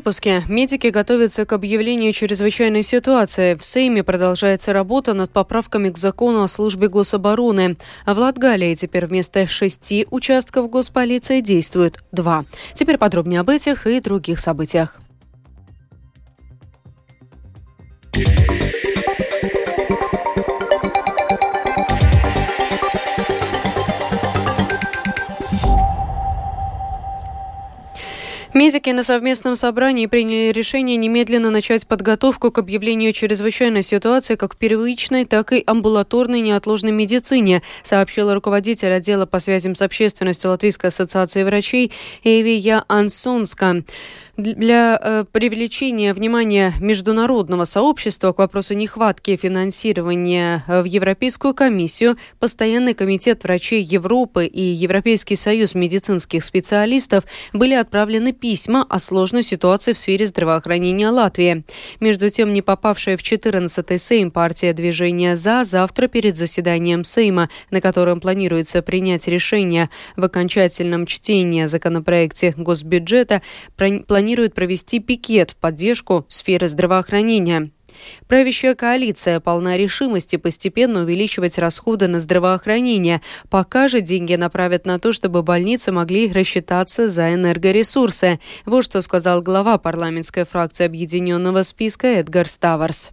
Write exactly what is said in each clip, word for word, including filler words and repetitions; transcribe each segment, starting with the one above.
выпуске. Медики готовятся к объявлению чрезвычайной ситуации. В Сейме продолжается работа над поправками к закону о службе гособороны. А в Латгалии теперь вместо шести участков госполиции действует два. Теперь подробнее об этих и других событиях. Медики на совместном собрании приняли решение немедленно начать подготовку к объявлению чрезвычайной ситуации как в первичной, так и амбулаторной неотложной медицине, сообщила руководитель отдела по связям с общественностью Латвийской ассоциации врачей Эвия Ансонска. Для э, привлечения внимания международного сообщества к вопросу нехватки финансирования в Европейскую комиссию, Постоянный комитет врачей Европы и Европейский союз медицинских специалистов были отправлены письма о сложной ситуации в сфере здравоохранения Латвии. Между тем, не попавшая в четырнадцатый Сейм партия движения «За» завтра перед заседанием Сейма, на котором планируется принять решение в окончательном чтении законопроекте госбюджета, планирует планирует провести пикет в поддержку сферы здравоохранения. Правящая коалиция полна решимости постепенно увеличивать расходы на здравоохранение. Пока же деньги направят на то, чтобы больницы могли рассчитаться за энергоресурсы. Вот что сказал глава парламентской фракции Объединенного списка Эдгар Ставарс.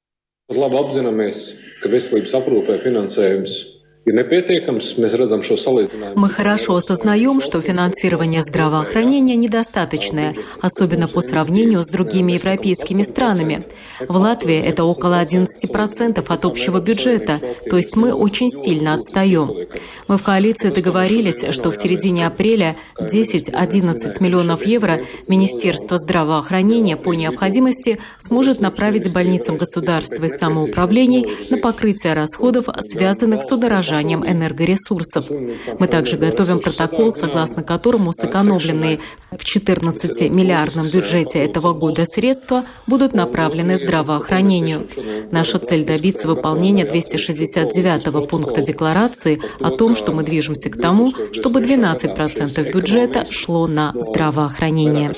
Мы хорошо осознаем, что финансирование здравоохранения недостаточное, особенно по сравнению с другими европейскими странами. В Латвии это около одиннадцать процентов от общего бюджета, то есть мы очень сильно отстаем. Мы в коалиции договорились, что в середине апреля десять-одиннадцать миллионов евро Министерство здравоохранения по необходимости сможет направить больницам государства и самоуправлений на покрытие расходов, связанных с удорожанием энергоресурсов. Мы также готовим протокол, согласно которому сэкономленные в четырнадцатимиллиардном бюджете этого года средства будут направлены здравоохранению. Наша цель – добиться выполнения двухсот шестьдесят девятого пункта декларации о том, что мы движемся к тому, чтобы двенадцать процентов бюджета шло на здравоохранение.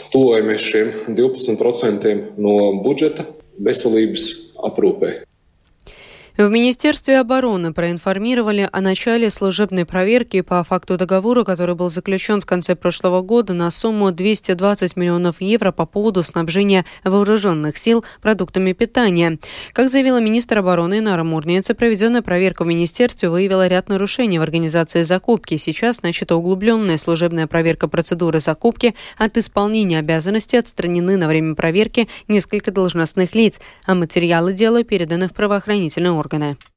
В Министерстве обороны проинформировали о начале служебной проверки по факту договора, который был заключен в конце прошлого года на сумму двести двадцать миллионов евро по поводу снабжения вооруженных сил продуктами питания. Как заявила министр обороны Инара Мурниеца, проведенная проверка в министерстве выявила ряд нарушений в организации закупки. Сейчас начата углубленная служебная проверка процедуры закупки. От исполнения обязанностей отстранены на время проверки несколько должностных лиц, а материалы дела переданы в правоохранительные органы.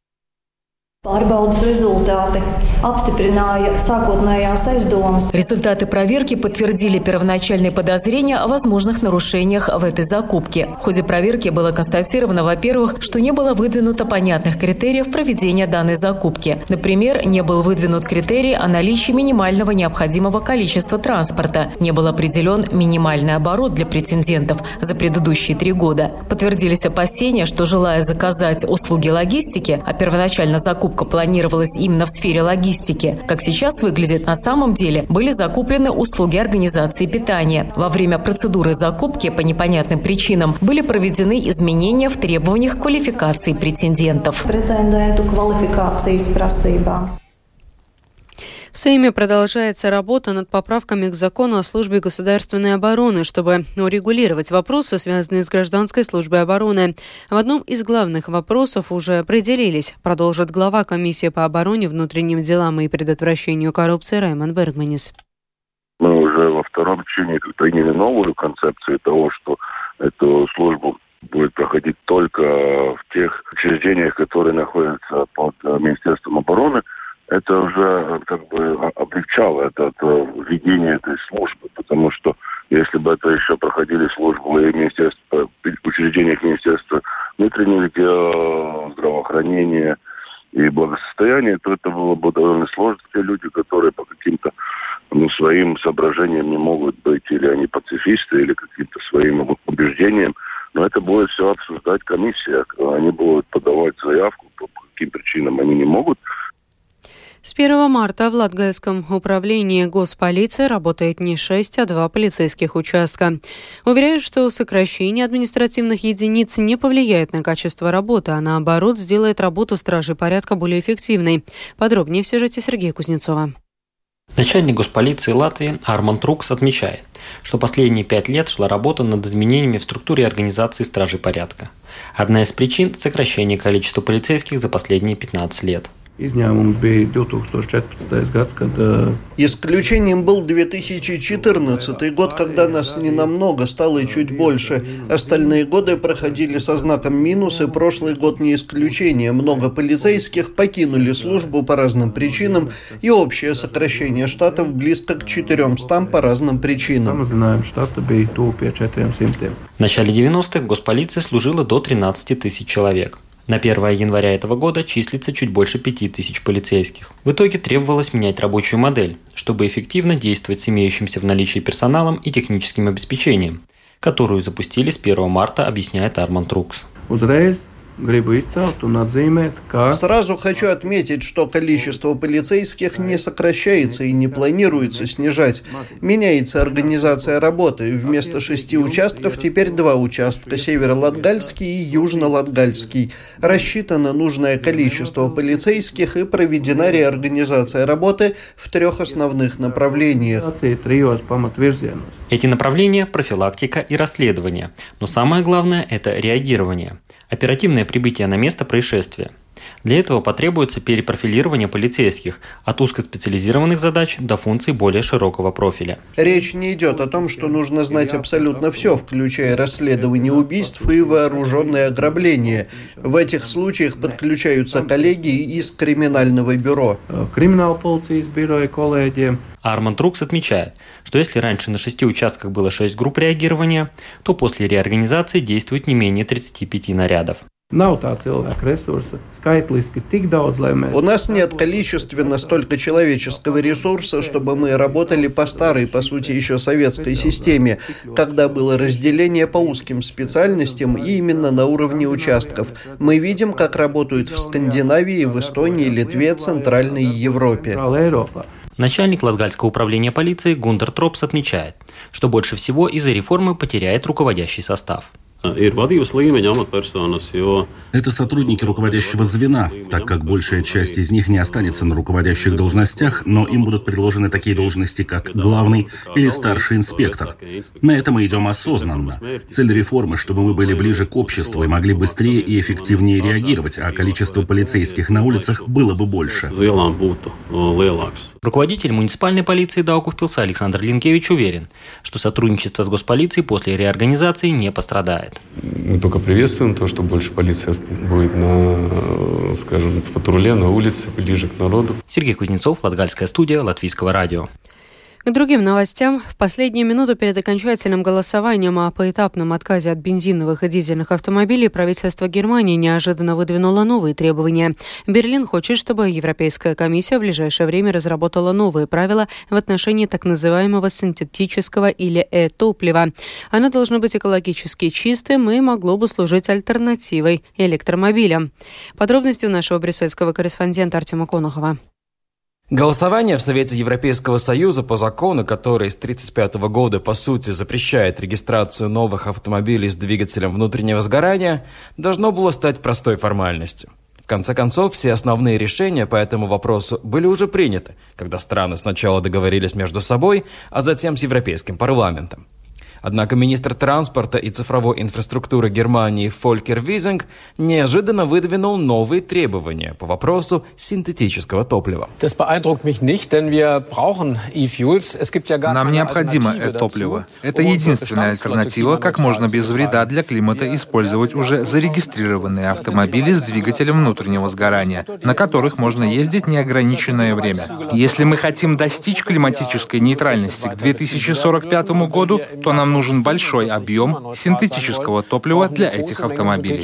Результаты проверки подтвердили первоначальные подозрения о возможных нарушениях в этой закупке. В ходе проверки было констатировано, во-первых, что не было выдвинуто понятных критериев проведения данной закупки. Например, не был выдвинут критерий о наличии минимального необходимого количества транспорта. Не был определен минимальный оборот для претендентов за предыдущие три года. Подтвердились опасения, что, желая заказать услуги логистики, а первоначально закупка планировалась именно в сфере логистики, как сейчас выглядит на самом деле, были закуплены услуги организации питания. Во время процедуры закупки по непонятным причинам были проведены изменения в требованиях квалификации претендентов. В Сейме продолжается работа над поправками к закону о службе государственной обороны, чтобы урегулировать вопросы, связанные с гражданской службой обороны. В одном из главных вопросов уже определились, продолжит глава комиссии по обороне, внутренним делам и предотвращению коррупции Раймонд Бергманис. Мы уже во втором чтении приняли новую концепцию того, что эту службу будет проходить только в тех учреждениях, которые находятся под Министерством обороны. Это уже как бы облегчало это, это введение этой службы, потому что если бы это еще проходили службы и министерства, учреждениях Министерства внутренних дел, здравоохранения и благосостояния, то это было бы довольно сложно. Те люди, которые по каким-то ну, своим соображениям не могут быть, или они пацифисты, или каким-то своим убеждениям, но это будет все обсуждать комиссия. Они будут подавать заявку, по каким причинам они не могут. С первого марта в Латгальском управлении госполиции работает не шесть, а два полицейских участка. Уверяют, что сокращение административных единиц не повлияет на качество работы, а наоборот сделает работу стражей порядка более эффективной. Подробнее в сюжете Сергея Кузнецова. Начальник госполиции Латвии Арман Трукс отмечает, что последние пять лет шла работа над изменениями в структуре организации стражей порядка. Одна из причин – сокращение количества полицейских за последние пятнадцать лет. Исключением был две тысячи четырнадцатый год, когда нас ненамного стало и чуть больше. Остальные годы проходили со знаком минус, и прошлый год не исключение. Много полицейских покинули службу по разным причинам, и общее сокращение штатов близко к четырёмстам по разным причинам. В начале девяностых в госполиции служило до тринадцати тысяч человек. На первое января этого года числится чуть больше пяти тысяч полицейских. В итоге требовалось менять рабочую модель, чтобы эффективно действовать с имеющимся в наличии персоналом и техническим обеспечением, которую запустили с первого марта, объясняет Арман Трукс. Сразу хочу отметить, что количество полицейских не сокращается и не планируется снижать. Меняется организация работы. Вместо шести участков теперь два участка – Северо-Латгальский и Южно-Латгальский. Рассчитано нужное количество полицейских и проведена реорганизация работы в трех основных направлениях. Эти направления – профилактика и расследование. Но самое главное – это реагирование. Оперативное прибытие на место происшествия. Для этого потребуется перепрофилирование полицейских от узкоспециализированных задач до функций более широкого профиля. Речь не идет о том, что нужно знать абсолютно все, включая расследование убийств и вооруженные ограбления. В этих случаях подключаются коллеги из криминального бюро. Арман Трукс отмечает, что если раньше на шести участках было шесть групп реагирования, то после реорганизации действует не менее тридцати пяти нарядов. У нас нет количественно столько человеческого ресурса, чтобы мы работали по старой, по сути, еще советской системе, когда было разделение по узким специальностям и именно на уровне участков. Мы видим, как работают в Скандинавии, в Эстонии, Литве, Центральной Европе. Начальник Латгальского управления полиции Гундер Тропс отмечает, что больше всего из-за реформы потеряет руководящий состав. Это сотрудники руководящего звена, так как большая часть из них не останется на руководящих должностях, но им будут предложены такие должности, как главный или старший инспектор. На это мы идем осознанно. Цель реформы, чтобы мы были ближе к обществу и могли быстрее и эффективнее реагировать, а количество полицейских на улицах было бы больше. Руководитель муниципальной полиции Даугавпилса Александр Линкевич уверен, что сотрудничество с госполицией после реорганизации не пострадает. Мы только приветствуем то, что больше полиция будет на, скажем, в патруле, на улице, ближе к народу. Сергей Кузнецов, Латгальская студия, Латвийского радио. К другим новостям. В последнюю минуту перед окончательным голосованием о поэтапном отказе от бензиновых и дизельных автомобилей правительство Германии неожиданно выдвинуло новые требования. Берлин хочет, чтобы Европейская комиссия в ближайшее время разработала новые правила в отношении так называемого синтетического или э-топлива. Оно должно быть экологически чистым и могло бы служить альтернативой электромобилям. Подробности у нашего брюссельского корреспондента Артема Конохова. Голосование в Совете Европейского Союза по закону, который с тысяча девятьсот тридцать пятого года по сути запрещает регистрацию новых автомобилей с двигателем внутреннего сгорания, должно было стать простой формальностью. В конце концов, все основные решения по этому вопросу были уже приняты, когда страны сначала договорились между собой, а затем с Европейским парламентом. Однако министр транспорта и цифровой инфраструктуры Германии Фолькер Визинг неожиданно выдвинул новые требования по вопросу синтетического топлива. Нам необходимо э-топливо. Это единственная альтернатива, как можно без вреда для климата использовать уже зарегистрированные автомобили с двигателем внутреннего сгорания, на которых можно ездить неограниченное время. Если мы хотим достичь климатической нейтральности к две тысячи сорок пятому году, то нам нужен большой объем синтетического топлива для этих автомобилей.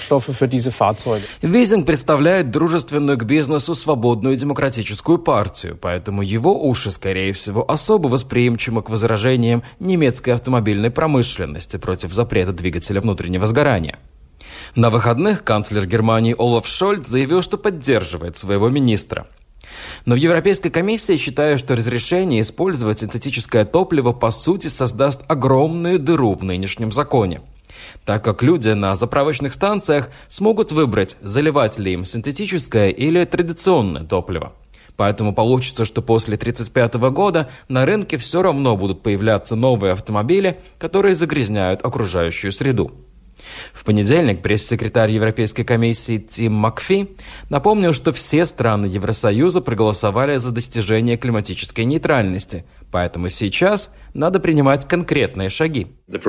Визинг представляет дружественную к бизнесу свободную демократическую партию, поэтому его уши, скорее всего, особо восприимчивы к возражениям немецкой автомобильной промышленности против запрета двигателя внутреннего сгорания. На выходных канцлер Германии Олаф Шольц заявил, что поддерживает своего министра. Но в Европейской комиссии считают, что разрешение использовать синтетическое топливо по сути создаст огромную дыру в нынешнем законе, так как люди на заправочных станциях смогут выбрать, заливать ли им синтетическое или традиционное топливо. Поэтому получится, что после тридцать пятого года на рынке все равно будут появляться новые автомобили, которые загрязняют окружающую среду. В понедельник пресс-секретарь Европейской комиссии Тим Макфи напомнил, что все страны Евросоюза проголосовали за достижение климатической нейтральности, поэтому сейчас надо принимать конкретные шаги.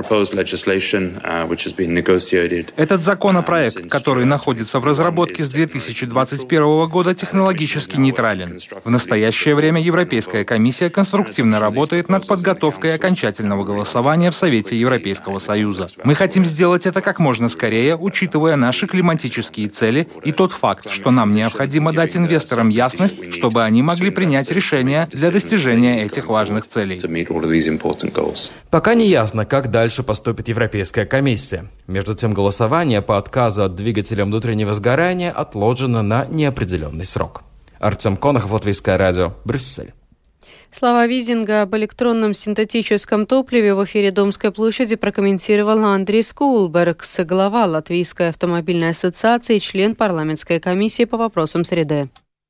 Этот законопроект, который находится в разработке с две тысячи двадцать первого года, технологически нейтрален. В настоящее время Европейская комиссия конструктивно работает над подготовкой окончательного голосования в Совете Европейского Союза. Мы хотим сделать это как можно скорее, учитывая наши климатические цели и тот факт, что нам необходимо дать инвесторам ясность, чтобы они могли принять решения для достижения этих важных целей. Пока не ясно, как дальше поступит Европейская комиссия. Между тем, голосование по отказу от двигателя внутреннего сгорания отложено на неопределенный срок. Артем Конохов, Латвийское радио, Брюссель. Слова Визинга об электронном синтетическом топливе в эфире Домской площади прокомментировал Андрей Скулбергс, глава Латвийской автомобильной ассоциации, член парламентской комиссии по вопросам среды.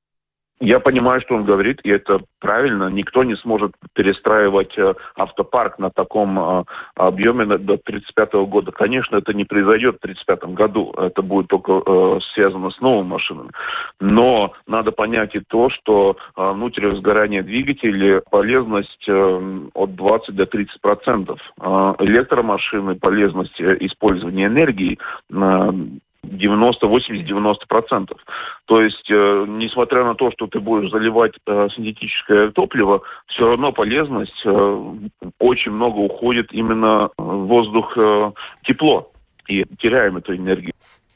Я понимаю, что он говорит, и это правильно. Никто не сможет перестраивать автопарк на таком объеме до тридцать пятого года. Конечно, это не произойдет в тридцать пятом году. Это будет только связано с новыми машинами. Но надо понять и то, что внутреннее сгорание двигателей полезность от двадцати до тридцати процентов. Электромашины полезность использования энергии девяносто, восемьдесят, девяносто процентов. То есть, э, несмотря на то, что ты будешь заливать э, синтетическое топливо, все равно полезность э, очень много уходит именно в воздух, э, тепло, и теряем эту энергию.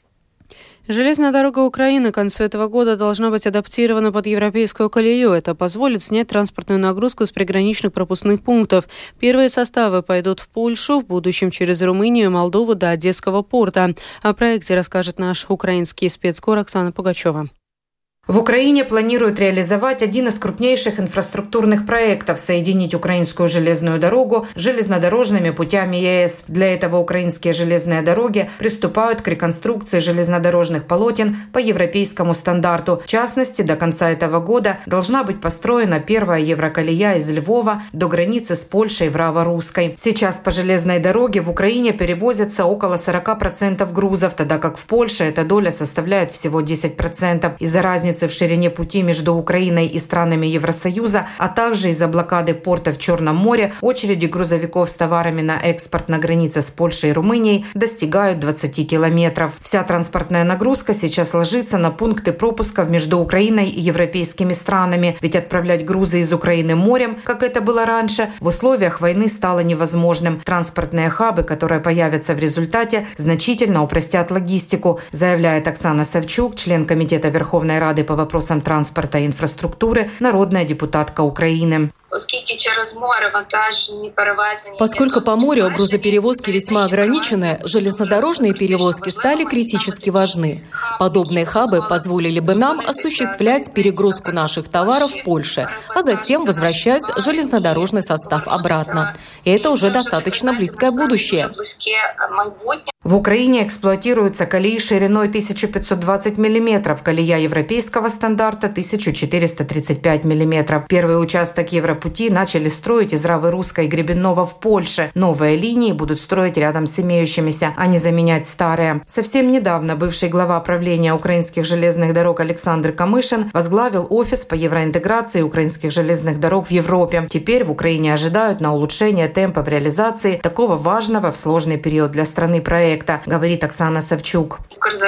Железная дорога Украины к концу этого года должна быть адаптирована под европейскую колею. Это позволит снять транспортную нагрузку с приграничных пропускных пунктов. Первые составы пойдут в Польшу, в будущем через Румынию и Молдову до Одесского порта. О проекте расскажет наш украинский спецкор Оксана Пугачева. В Украине планируют реализовать один из крупнейших инфраструктурных проектов – соединить украинскую железную дорогу с железнодорожными путями ЕС. Для этого украинские железные дороги приступают к реконструкции железнодорожных полотен по европейскому стандарту. В частности, до конца этого года должна быть построена первая евроколея из Львова до границы с Польшей в Раво-Русской. Сейчас по железной дороге в Украине перевозятся около сорок процентов грузов, тогда как в Польше эта доля составляет всего десять процентов. Из-за разницы в ширине пути между Украиной и странами Евросоюза, а также из-за блокады порта в Черном море, очереди грузовиков с товарами на экспорт на границе с Польшей и Румынией достигают двадцати километров. Вся транспортная нагрузка сейчас ложится на пункты пропусков между Украиной и европейскими странами, ведь отправлять грузы из Украины морем, как это было раньше, в условиях войны стало невозможным. Транспортные хабы, которые появятся в результате, значительно упростят логистику, заявляет Оксана Савчук, член Комитета Верховной Рады по вопросам транспорта и инфраструктуры, народная депутатка Украины. Поскольку по морю грузоперевозки весьма ограничены, железнодорожные перевозки стали критически важны. Подобные хабы позволили бы нам осуществлять перегрузку наших товаров в Польше, а затем возвращать железнодорожный состав обратно. И это уже достаточно близкое будущее. В Украине эксплуатируются колеи шириной тысяча пятьсот двадцать миллиметров, колея европейского стандарта тысяча четыреста тридцать пять миллиметров. Первый участок Европути начали строить из Равы-Русской и Гребенного в Польше. Новые линии будут строить рядом с имеющимися, а не заменять старые. Совсем недавно бывший глава правления украинских железных дорог Александр Камышин возглавил офис по евроинтеграции украинских железных дорог в Европе. Теперь в Украине ожидают на улучшение темпов реализации такого важного в сложный период для страны проекта, говорит Оксана Савчук.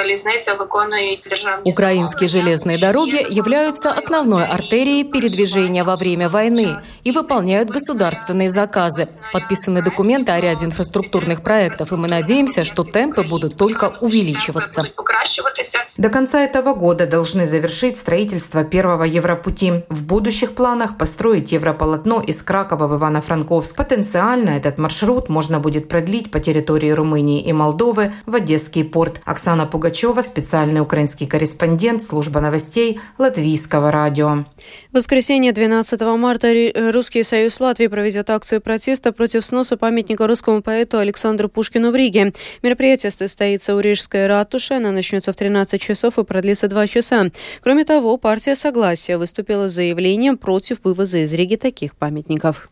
Украинские железные дороги являются основной артерией передвижения во время войны и выполняют государственные заказы. Подписаны документы о ряде инфраструктурных проектов, и мы надеемся, что темпы будут только увеличиваться. До конца этого года должны завершить строительство первого Европути. В будущих планах построить европолотно из Кракова в Ивано-Франковск. Потенциально этот маршрут можно будет продлить по территории Румынии и Молдовы в Одесский порт. Оксана Пугачева, специальный украинский корреспондент, служба новостей Латвийского радио. В воскресенье двенадцатого марта Русский союз Латвии проведет акцию протеста против сноса памятника русскому поэту Александру Пушкину в Риге. Мероприятие состоится у Рижской ратуши. Оно начнется в тринадцать часов и продлится два часа. Кроме того, партия «Согласие» выступила с заявлением против вывоза из Риги таких памятников.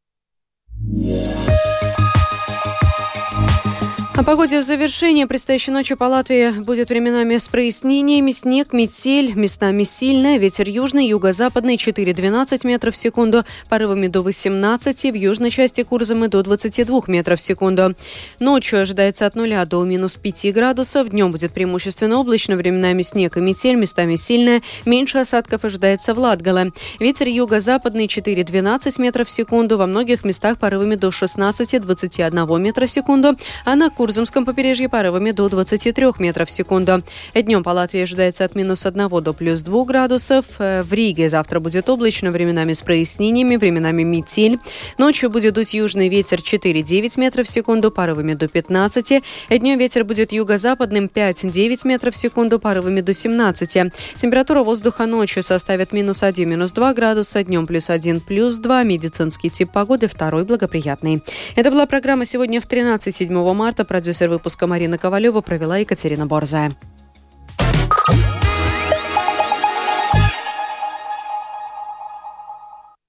О погоде в завершение. Предстоящей ночью по Латвии будет временами с прояснениями. Снег, метель, местами сильная. Ветер южный, юго-западный четыре-двенадцать метров в секунду. Порывами до восемнадцати. В южной части Курзамы до двадцати двух метров в секунду. Ночью ожидается от нуля до минус пяти градусов. Днем будет преимущественно облачно. Временами снег и метель, местами сильная. Меньше осадков ожидается в Латгале. Ветер юго-западный четыре-двенадцать метров в секунду. Во многих местах порывами до шестнадцати-двадцати одного метра в секунду. А на В Курзамском побережье порывами до двадцати трёх метров в секунду. Днем по Латвии ожидается от минус одного до плюс двух градусов. В Риге завтра будет облачно, временами с прояснениями, временами метель. Ночью будет дуть южный ветер четыре-девять метров в секунду, порывами до пятнадцати. Днем ветер будет юго-западным пять-девять метров в секунду, порывами до семнадцати. Температура воздуха ночью составит минус один, минус два градуса, днем плюс один, плюс два. Медицинский тип погоды второй благоприятный. Это была программа «Сегодня в тринадцать» седьмого марта. Продюсер выпуска Марина Ковалева, провела Екатерина Борзая.